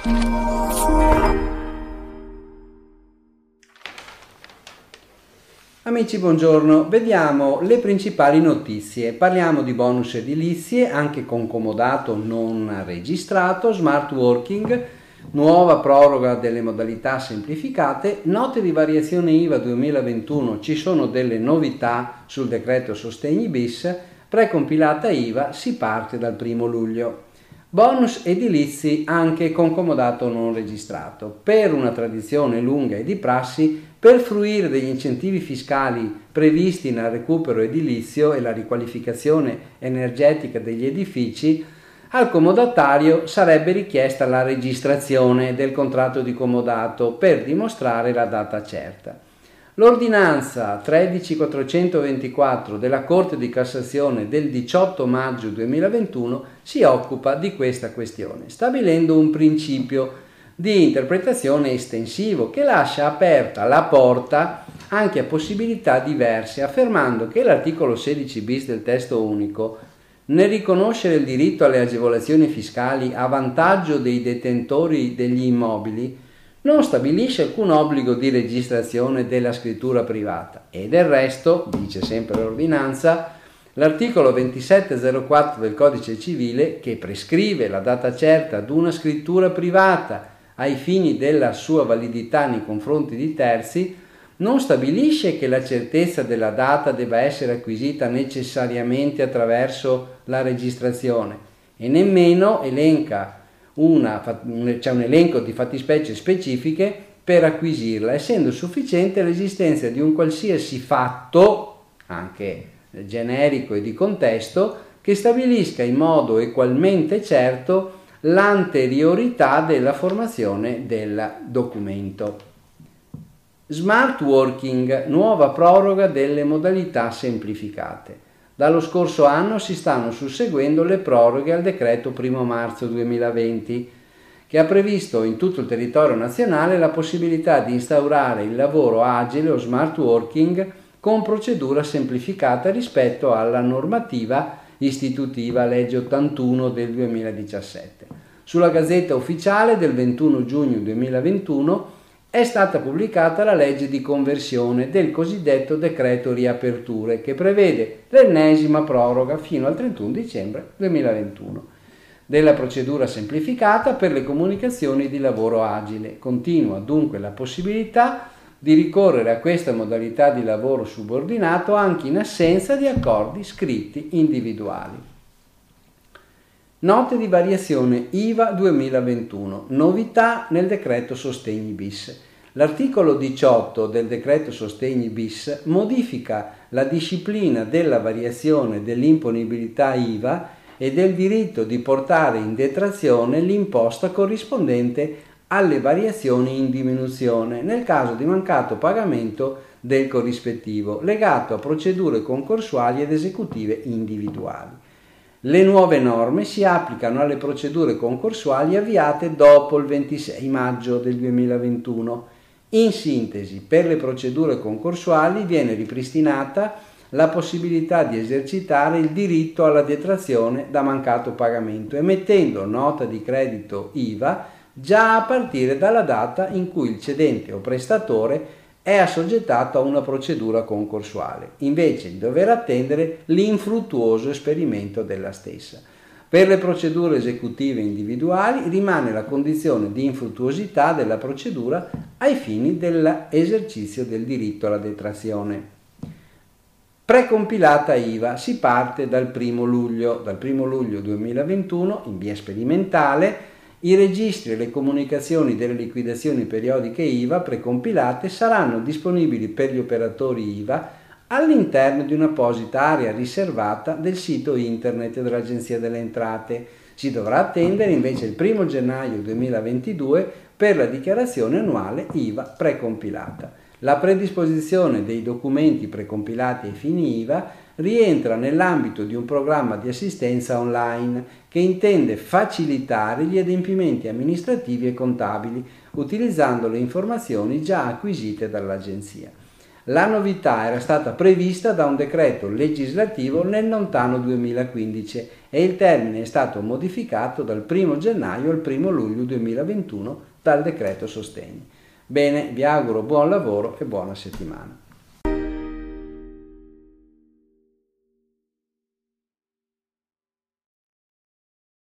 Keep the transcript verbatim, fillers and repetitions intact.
Amici, buongiorno. Vediamo le principali notizie. Parliamo di bonus edilizie, anche con comodato non registrato, smart working, nuova proroga delle modalità semplificate, note di variazione I V A duemilaventuno, ci sono delle novità sul decreto sostegni bis, precompilata I V A, si parte dal primo luglio. Bonus edilizi anche con comodato non registrato. Per una tradizione lunga e di prassi, per fruire degli incentivi fiscali previsti nel recupero edilizio e la riqualificazione energetica degli edifici, al comodatario sarebbe richiesta la registrazione del contratto di comodato per dimostrare la data certa. L'ordinanza tredici quattrocentoventiquattro della Corte di Cassazione del diciotto maggio duemilaventuno si occupa di questa questione, stabilendo un principio di interpretazione estensivo che lascia aperta la porta anche a possibilità diverse, affermando che l'articolo sedici bis del testo unico, nel riconoscere il diritto alle agevolazioni fiscali a vantaggio dei detentori degli immobili, non stabilisce alcun obbligo di registrazione della scrittura privata e del resto, dice sempre l'ordinanza, l'articolo ventisettecentquattro del Codice Civile, che prescrive la data certa ad una scrittura privata ai fini della sua validità nei confronti di terzi, non stabilisce che la certezza della data debba essere acquisita necessariamente attraverso la registrazione e nemmeno elenca Una, c'è un elenco di fattispecie specifiche per acquisirla, essendo sufficiente l'esistenza di un qualsiasi fatto, anche generico e di contesto, che stabilisca in modo egualmente certo l'anteriorità della formazione del documento. Smart working, nuova proroga delle modalità semplificate. Dallo scorso anno si stanno susseguendo le proroghe al decreto primo marzo duemilaventi, che ha previsto in tutto il territorio nazionale la possibilità di instaurare il lavoro agile o smart working con procedura semplificata rispetto alla normativa istitutiva legge ottantuno del duemiladiciassette. Sulla Gazzetta Ufficiale del ventuno giugno duemilaventuno è stata pubblicata la legge di conversione del cosiddetto decreto riaperture, che prevede l'ennesima proroga fino al trentuno dicembre duemilaventuno della procedura semplificata per le comunicazioni di lavoro agile. Continua dunque la possibilità di ricorrere a questa modalità di lavoro subordinato anche in assenza di accordi scritti individuali. Note di variazione I V A duemilaventuno, novità nel decreto sostegni bis. L'articolo diciotto del decreto sostegni bis modifica la disciplina della variazione dell'imponibilità I V A e del diritto di portare in detrazione l'imposta corrispondente alle variazioni in diminuzione nel caso di mancato pagamento del corrispettivo, legato a procedure concorsuali ed esecutive individuali. Le nuove norme si applicano alle procedure concorsuali avviate dopo il ventisei maggio del duemilaventuno. In sintesi, per le procedure concorsuali viene ripristinata la possibilità di esercitare il diritto alla detrazione da mancato pagamento, emettendo nota di credito I V A già a partire dalla data in cui il cedente o prestatore è assoggettato a una procedura concorsuale, invece di dover attendere l'infruttuoso esperimento della stessa. Per le procedure esecutive individuali rimane la condizione di infruttuosità della procedura ai fini dell'esercizio del diritto alla detrazione. Precompilata I V A, si parte dal primo luglio. Dal primo luglio duemilaventuno, in via sperimentale, i registri e le comunicazioni delle liquidazioni periodiche I V A precompilate saranno disponibili per gli operatori I V A all'interno di un'apposita area riservata del sito internet dell'Agenzia delle Entrate. Si dovrà attendere invece il primo gennaio duemilaventidue per la dichiarazione annuale I V A precompilata. La predisposizione dei documenti precompilati ai fini I V A rientra nell'ambito di un programma di assistenza online che intende facilitare gli adempimenti amministrativi e contabili utilizzando le informazioni già acquisite dall'Agenzia. La novità era stata prevista da un decreto legislativo nel lontano duemilaquindici e il termine è stato modificato dal primo gennaio al primo luglio duemilaventuno dal decreto sostegni. Bene, vi auguro buon lavoro e buona settimana.